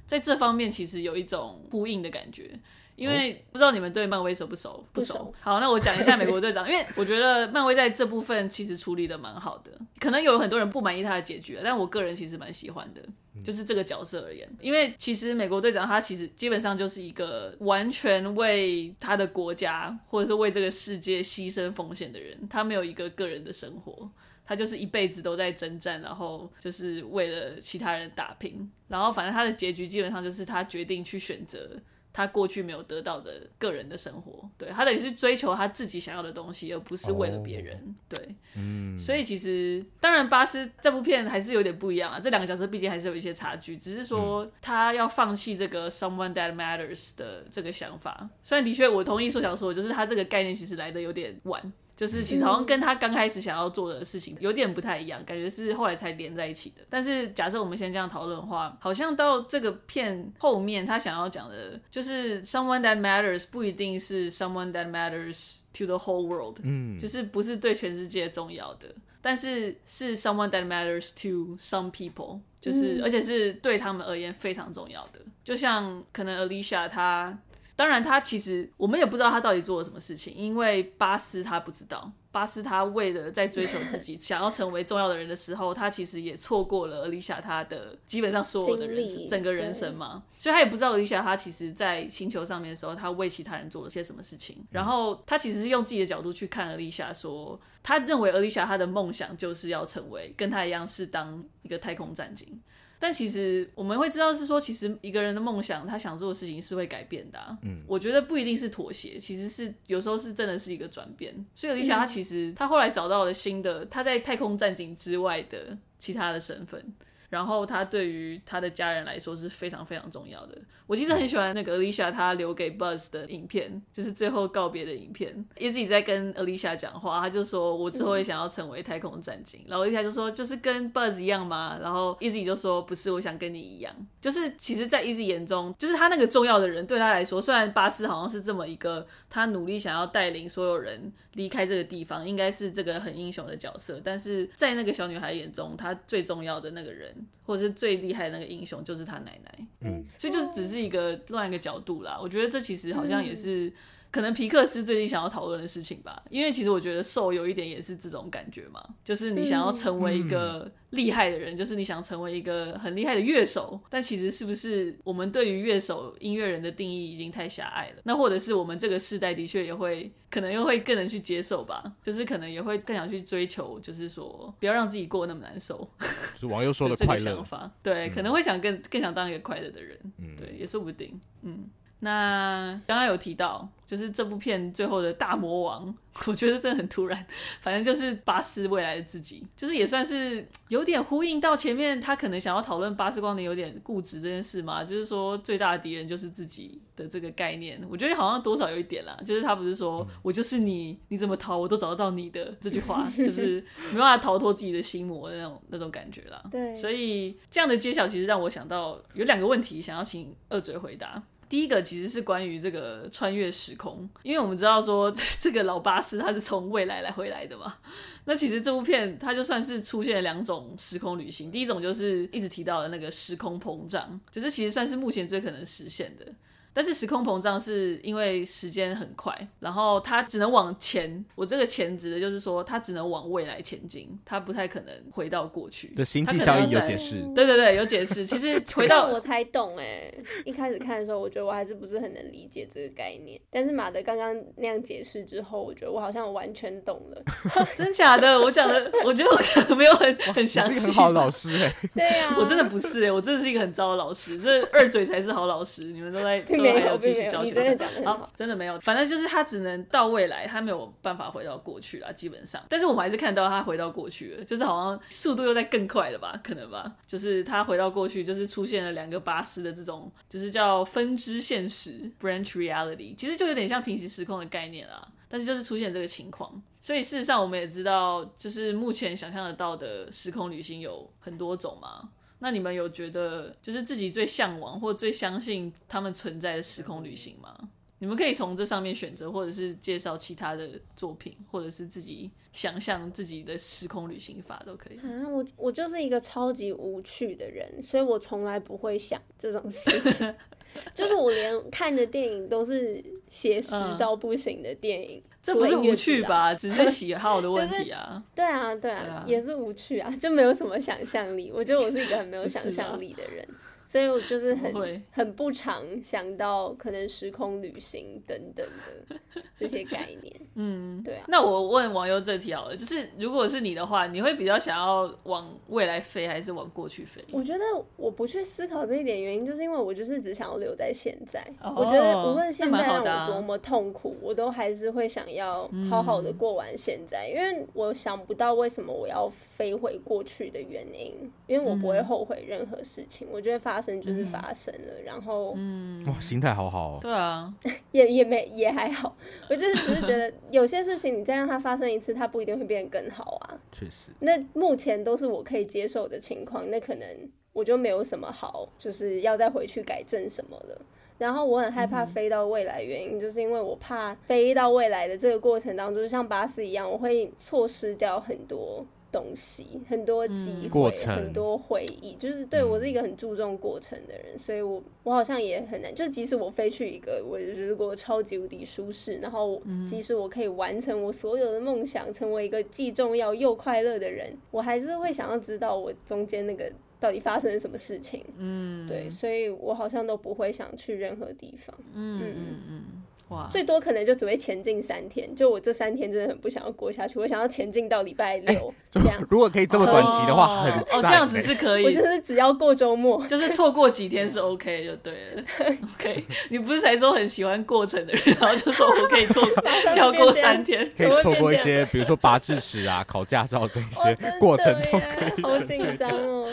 在这方面其实有一种呼应的感觉。因为不知道你们对漫威熟不熟？不熟。好，那我讲一下美国队长，因为我觉得漫威在这部分其实处理的蛮好的，可能有很多人不满意他的结局，但我个人其实蛮喜欢的。就是这个角色而言，因为其实美国队长他其实基本上就是一个完全为他的国家或者是为这个世界牺牲奉献的人，他没有一个个人的生活，他就是一辈子都在征战，然后就是为了其他人打拼，然后反正他的结局基本上就是他决定去选择他过去没有得到的个人的生活，对，他等于是追求他自己想要的东西，而不是为了别人，对，所以其实当然巴斯这部片还是有点不一样啊，这两个角色毕竟还是有一些差距，只是说他要放弃这个 someone that matters 的这个想法，虽然的确我同意说想说，就是他这个概念其实来的有点晚。就是其实好像跟他刚开始想要做的事情有点不太一样，感觉是后来才连在一起的。但是假设我们先这样讨论的话，好像到这个片后面他想要讲的就是 someone that matters 不一定是 someone that matters to the whole world，就是不是对全世界重要的，但是是 someone that matters to some people， 就是而且是对他们而言非常重要的。就像可能 Alicia 她当然他其实我们也不知道他到底做了什么事情，因为巴斯他不知道，巴斯他为了在追求自己想要成为重要的人的时候，他其实也错过了Alicia他的基本上所有的人生整个人生嘛，所以他也不知道Alicia他其实在星球上面的时候他为其他人做了些什么事情，然后他其实是用自己的角度去看Alicia，说他认为Alicia他的梦想就是要成为跟他一样是当一个太空战警，但其实我们会知道是说，其实一个人的梦想他想做的事情是会改变的我觉得不一定是妥协，其实是有时候是真的是一个转变。所以Alicia他其实他后来找到了新的他在太空战警之外的其他的身份，然后他对于他的家人来说是非常非常重要的。我其实很喜欢那个 Alicia 他留给 Buzz 的影片，就是最后告别的影片，一直在跟 Alicia 讲话，他就说我之后也想要成为太空战警，然后 Alicia 就说就是跟 Buzz 一样吗？然后 Izzy 就说不是，我想跟你一样。就是其实在 Izzy 眼中，就是他那个重要的人对他来说，虽然巴斯好像是这么一个他努力想要带领所有人离开这个地方，应该是这个很英雄的角色，但是在那个小女孩眼中，他最重要的那个人或者是最厉害的那个英雄就是他奶奶，所以就是只是一个另外一个角度啦。我觉得这其实好像也是可能皮克斯最近想要讨论的事情吧，因为其实我觉得受有一点也是这种感觉嘛，就是你想要成为一个厉害的人，就是你想成为一个很厉害的乐手，但其实是不是我们对于乐手音乐人的定义已经太狭隘了，那或者是我们这个世代的确也会可能又会更能去接受吧，就是可能也会更想去追求，就是说不要让自己过得那么难受，
就是网友说的快乐
想法，对，可能会想更想当一个快乐的人，对，也说不定。那刚刚有提到就是这部片最后的大魔王，我觉得真的很突然，反正就是巴斯未来的自己，就是也算是有点呼应到前面他可能想要讨论巴斯光年有点固执这件事嘛，就是说最大的敌人就是自己的这个概念，我觉得好像多少有一点啦，就是他不是说我就是你，你怎么逃我都找得到你的这句话，就是没办法逃脱自己的心魔的那种感觉啦。
对，
所以这样的揭晓其实让我想到有两个问题想要请二嘴回答。第一个其实是关于这个穿越时空，因为我们知道说这个老巴斯他是从未来回来的嘛，那其实这部片它就算是出现了两种时空旅行，第一种就是一直提到的那个时空膨胀，就是其实算是目前最可能实现的，但是时空膨胀是因为时间很快，然后它只能往前，我这个前指的就是说它只能往未来前进，它不太可能回到过去
的星际效应有解释，
对对对，有解释。其实回到
我才懂一开始看的时候我觉得我还是不是很能理解这个概念，但是马德刚刚那样解释之后，我觉得我好像完全懂了。
真假的？我觉得我讲的没有很详细。
你是一个很好的老师
对啊，
我真的不是我真的是一个很糟的老师，这二嘴才是好老师，你们都还要继续教学生，好，真的没有，反正就是他只能到未来，他没有办法回到过去啦，基本上。但是我们还是看到他回到过去了，就是好像速度又在更快了吧，可能吧。就是他回到过去，就是出现了两个巴斯的这种，就是叫分支现实 （branch reality）， 其实就有点像平行时空的概念啦。但是就是出现这个情况，所以事实上我们也知道，就是目前想象得到的时空旅行有很多种嘛。那你们有觉得就是自己最向往或最相信他们存在的时空旅行吗？你你们可以从这上面选择，或者是介绍其他的作品，或者是自己想象自己的时空旅行法都可以。
我就是一个超级无趣的人，所以我从来不会想这种事情。就是我连看的电影都是写实到不行的电影，
这不是无趣吧？只是喜好的问题啊。
对啊，也是无趣啊，就没有什么想象力。我觉得我是一个很没有想象力的人。所以我就是很不常想到可能时空旅行等等的这些概念。对啊。
那我问网友这题好了，就是如果是你的话，你会比较想要往未来飞还是往过去飞？
我觉得我不去思考这一点原因，就是因为我就是只想要留在现在。我觉得无论现在让我多么痛苦，我都还是会想要好好的过完现在，因为我想不到为什么我要飞回过去的原因，因为我不会后悔任何事情。我觉得发生就是发生了，然后
哇，心态好好哦。
对啊，
也还好。我就是只是觉得有些事情你再让它发生一次，它不一定会变得更好啊。
确实。
那目前都是我可以接受的情况，那可能我就没有什么好，就是要再回去改正什么了。然后我很害怕飞到未来，原因就是因为我怕飞到未来的这个过程当中，就像巴斯一样，我会错失掉很多东西，很多机会，很多回忆，就是对我是一个很注重过程的人，所以我好像也很难，就即使我飞去一个我如果超级无敌舒适，然后即使我可以完成我所有的梦想，成为一个既重要又快乐的人，我还是会想要知道我中间那个到底发生了什么事情。对，所以我好像都不会想去任何地方。
哇，
最多可能就只会前进3天，就我这3天真的很不想要过下去，我想要前进到礼拜6，这样。
如果可以这么短期的话，很赞
这样子是可以。
我就是只要过周末，
就是错过几天是 OK 就对了。OK， 你不是才说很喜欢过程的人，然后就说我可以跳过3天，
可以错过一些，比如说拔智齿啊、考驾照这些过程都可以。
好紧张哦。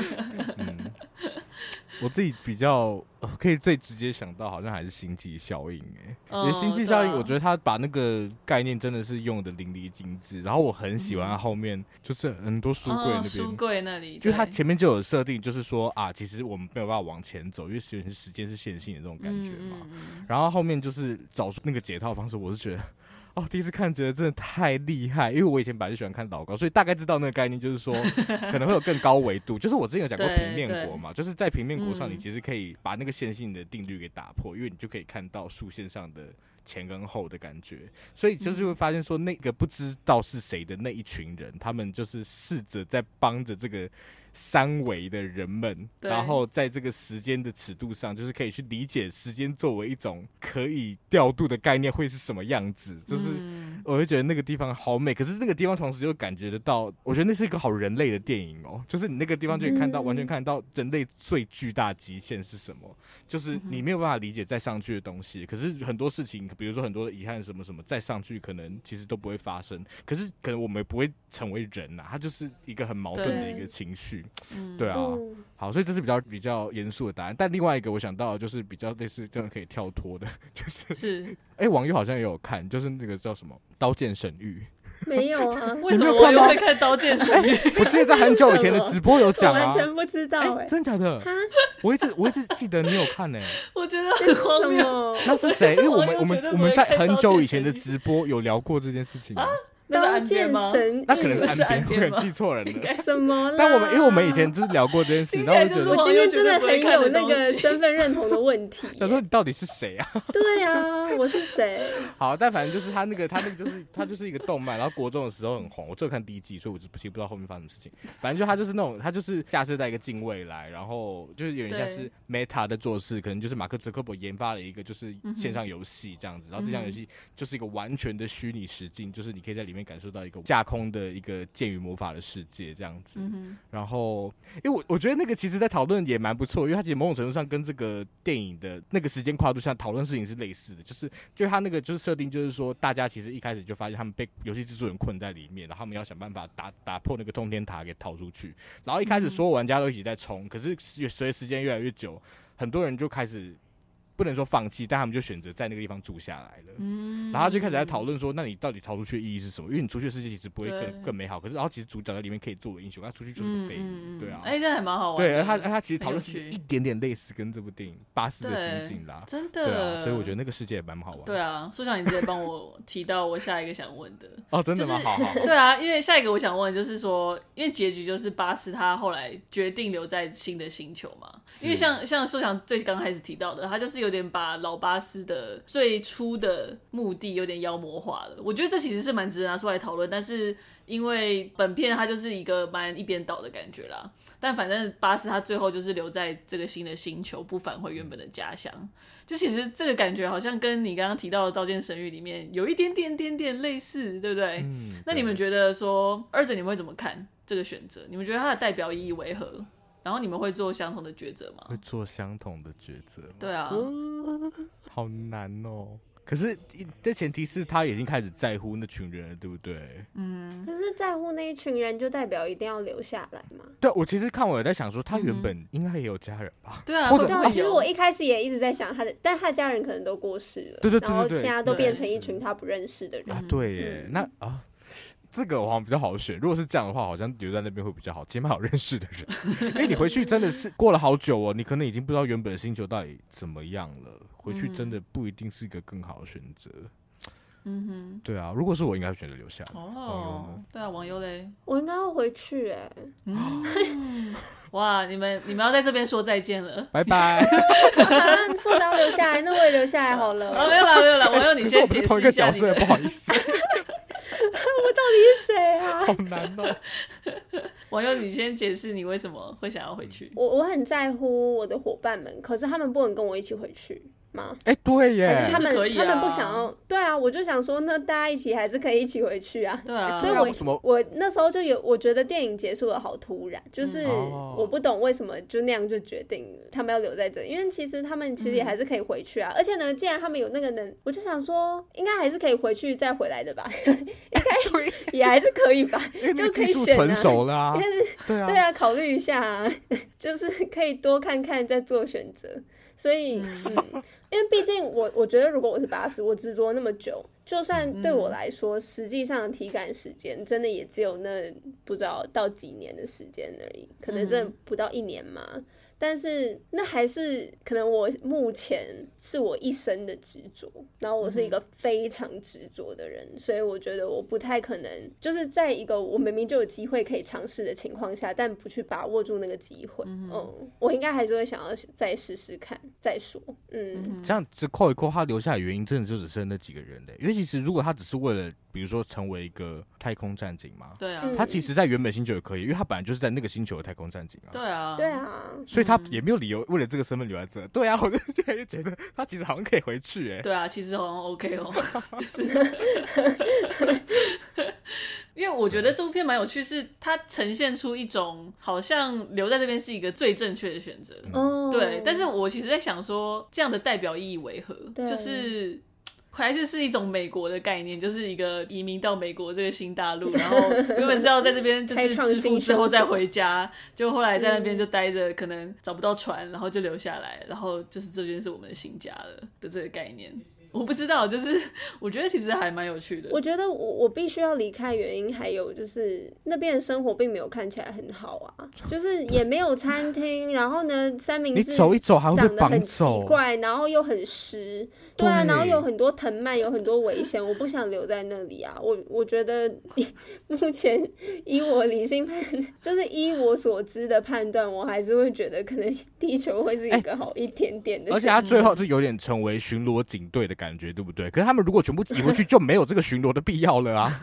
我自己比较可以最直接想到，好像还是星际效应因为星际效应，我觉得他把那个概念真的是用的淋漓尽致，然后我很喜欢他后面就是很多书柜那边，
书柜那里，
就是他前面就有设定，就是说啊，其实我们没有办法往前走，因为时间是线性的这种感觉嘛。然后后面就是找出那个解套方式，我是觉得。第一次看觉得真的太厉害，因为我以前本来就喜欢看老高，所以大概知道那个概念，就是说可能会有更高维度。就是我之前有讲过平面国嘛，就是在平面国上，你其实可以把那个线性的定律给打破，因为你就可以看到竖线上的前跟后的感觉，所以就是会发现说，那个不知道是谁的那一群人，他们就是试着在帮着这个三维的人们，然后在这个时间的尺度上，就是可以去理解时间作为一种可以调度的概念会是什么样子。就是我会觉得那个地方好美，可是那个地方同时又感觉得到，我觉得那是一个好人类的电影哦。就是你那个地方就可以看到，完全看到人类最巨大极限是什么，就是你没有办法理解再上去的东西。可是很多事情，比如说很多的遗憾什么什么，再上去可能其实都不会发生。可是可能我们不会成为人啊，它就是一个很矛盾的一个情绪。对啊，好，所以这是比较严肃的答案。但另外一个我想到的就是比较类似真的可以跳脱的，就是网友好像也有看，就是那个叫什么《刀剑神域》。
没有啊，
为什么我又会看《刀剑神域》
我记得在很久以前的直播有讲啊，
我完全不知道
真的假的？我一直记得你有看
我觉得很荒谬。
那是谁？因为我们在很久以前的直播有聊过这件事情啊。
刀剑神域，
那可能是岸边，我可能记错人了。
什么啦？
但因为我们以前就是聊过这件事，然后我觉得
我今天真的很有那个身份认同的问题。
想说你到底是谁啊？
对啊，我是谁？
好，但反正就是他那个就是他就是一个动漫，然后国中的时候很红。我只有看第1季，所以我其实不知道后面发生什么事情。反正就他就是那种，他就是架设在一个近未来，然后就是有点像是 Meta 在做事，可能就是马克·泽克伯研发了一个就是线上游戏这样子，然后这项游戏就是一个完全的虚拟实境，就是你可以在里面感受到一个架空的一个剑与魔法的世界这样子。然后因为我觉得那个其实在讨论也蛮不错，因为它其实某种程度上跟这个电影的那个时间跨度上讨论事情是类似的，就是他那个就是设定就是说大家其实一开始就发现他们被游戏制作人困在里面，然后他们要想办法打破那个通天塔给逃出去，然后一开始所有玩家都一起在冲，可是随着时间越来越久，很多人就开始不能说放弃，但他们就选择在那个地方住下来了。然后他就开始在讨论说，那你到底逃出去的意义是什么？因为你出去的世界其实不会更美好，可是然后其实主角在里面可以作为英雄，他出去就是个废物，对啊。
这还蛮好玩的。
对，他其实讨论是一点点类似跟这部电影巴斯的心境啦，
真的。
对啊，所以我觉得那个世界也蛮好玩的。
对啊，苏小你直接帮我提到我下一个想问的。
哦，真的吗？好。
对啊，因为下一个我想问的就是说，因为结局就是巴斯他后来决定留在新的星球嘛，因为像苏翔最刚开始提到的，他就是有点把老巴斯的最初的目的有点妖魔化了。我觉得这其实是蛮值得拿出来讨论，但是因为本片它就是一个蛮一边倒的感觉啦。但反正巴斯他最后就是留在这个新的星球，不返回原本的家乡。就其实这个感觉好像跟你刚刚提到的《刀剑神域》里面有一点点类似，对不对？那你们觉得说，二者你们会怎么看这个选择？你们觉得它的代表意义为何？然后你们会做相同的抉择吗？
会做相同的抉择吗？
对啊，
好难哦。可是这前提是他已经开始在乎那群人了，对不对？
可是在乎那一群人，就代表一定要留下来吗？
对，我其实看我有在想说，他原本应该也有家人吧？
对啊，
或者
其实我一开始也一直在想但他的家人可能都过世了，
对，
然后现在都变成一群他不认识的人
啊。对耶，那这个我好像比较好选。如果是这样的话，好像留在那边会比较好，起码有认识的人。因为你回去真的是过了好久哦，你可能已经不知道原本的星球到底怎么样了。回去真的不一定是一个更好的选择。对啊，如果是我，应该会选择留下来。
对啊，网友嘞，
我应该会回去
哇，你们要在这边说再见了，
拜拜。
说要留下来，那我也留下来好了。
没有啦，网友你先解释一下。
同一个角色，不好意思。
我到底是谁啊？
好难哦。
网友，你先解释你为什么会想要回去。
我很在乎我的伙伴们，可是他们不能跟我一起回去吗？
对耶，
他们不想要。对啊，我就想说，那大家一起还是可以一起回去啊。
对啊，
所以我那时候就我觉得电影结束的好突然，就是我不懂为什么就那样就决定他们要留在这里，因为其实他们其实也还是可以回去啊。而且呢，既然他们有那个我就想说，应该还是可以回去再回来的吧，应该也还是可以吧，就可以选
成熟了啊。
对啊，考虑一下啊，就是可以多看看再做选择。所以，因为毕竟我觉得，如果我是巴斯，我执着那么久，就算对我来说，实际上的体感时间真的也只有那不知道到几年的时间而已，可能真的不到1年嘛。但是那还是可能我目前是我一生的执着，然后我是一个非常执着的人，所以我觉得我不太可能就是在一个我明明就有机会可以尝试的情况下，但不去把握住那个机会。我应该还是会想要再试试看再说。
这样子扣一扣，他留下的原因真的就只剩那几个人嘞。因为其实如果他只是为了比如说成为一个太空战警嘛，
对啊，
他其实在原本星球也可以，因为他本来就是在那个星球的太空战警啊。
对啊，
所以他也没有理由为了这个身份留在这。对啊，我就觉得他其实好像可以回去哎。
对啊，其实好像 OK 哦，就是因为我觉得这部片蛮有趣，是它呈现出一种好像留在这边是一个最正确的选择。对，但是我其实在想说，这样的代表意义为何？就是还是一种美国的概念，就是一个移民到美国这个新大陆，然后原本是要在这边就是致富之后再回家，就后来在那边就待着，可能找不到船，然后就留下来，然后就是这边是我们的新家了的这个概念。我不知道，就是我觉得其实还蛮有趣的。
我觉得我必须要离开原因还有就是那边的生活并没有看起来很好啊，就是也没有餐厅，然后呢三明治
你走一走还会
长得很奇怪，然后又很湿，对啊，然后有很多藤蔓，有很多危险，我不想留在那里啊。我觉得目前以我理性就是依我所知的判断，我还是会觉得可能地球会是一个好一点点的。
而且他最后是有点成为巡逻警队的感觉，对不对？可是他们如果全部移回去，就没有这个巡逻的必要了啊。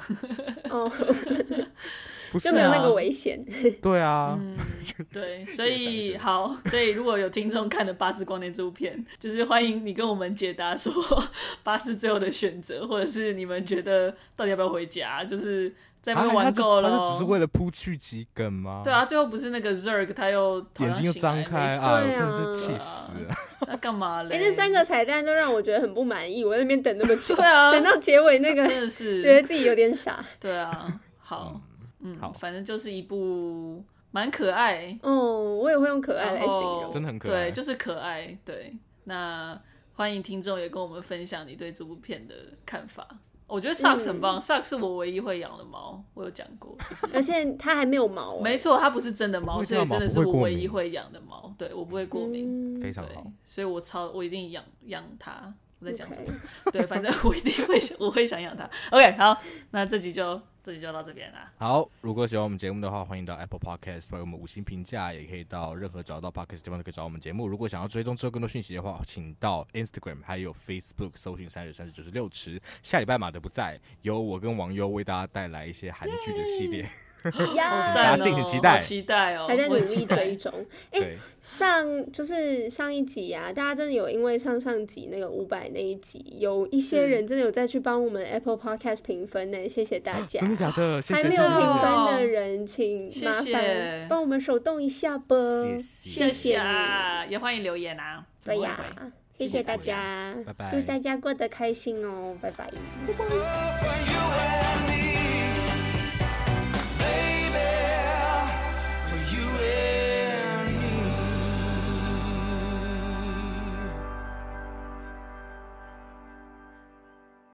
不是啊，
就没有那个危险。
对啊，
对，所以如果有听众看了《巴斯光年》这部片，就是欢迎你跟我们解答说巴斯最后的选择，或者是你们觉得到底要不要回家，就是在那边玩够了。
他只是为了铺去几梗吗？
对啊，最后不是那个 Zurg 他又
眼睛又张开啊，真的是气死了。
那干嘛嘞？
那3个彩蛋都让我觉得很不满意，我在那边等那么久，
对啊，
等到结尾那个，
真的是
觉得自己有点傻。
对啊，好。反正就是一部蛮可爱。
我也会用可爱来形容，
真的很可爱。
对，就是可爱。对，那欢迎听众也跟我们分享你对这部片的看法。我觉得 Sharks 很棒，Sharks 是我唯一会养的猫，我有讲过，
而且它还没有毛。
没错，它不是真的猫，所以真的是我唯一会养的猫。对，我不会过敏，
非常好。
所以我一定养它。我在讲什么？ Okay. 对，反正我一定我会想养它。OK， 好，那这集就到这边啦。
好，如果喜欢我们节目的话，欢迎到 Apple Podcast 给我们5星评价，也可以到任何找到 Podcast 的地方都可以找我们节目。如果想要追踪之后更多讯息的话，请到 Instagram 还有 Facebook 搜寻303096池。下礼拜马德不在，由我跟王优为大家带来一些韩剧的系列。
大
家敬请期待，
好期待哦！
还在努力追踪。上一集啊，大家真的有因为上集那个500那一集，有一些人真的有再去帮我们 Apple Podcast 评分呢，谢谢大家。
真的假的？谢谢。
还没有评分的人，请麻烦帮我们手动一下吧，
谢谢你，也欢迎留言啊。
对呀，谢谢大家，
拜拜，
祝大家过得开心哦，拜拜。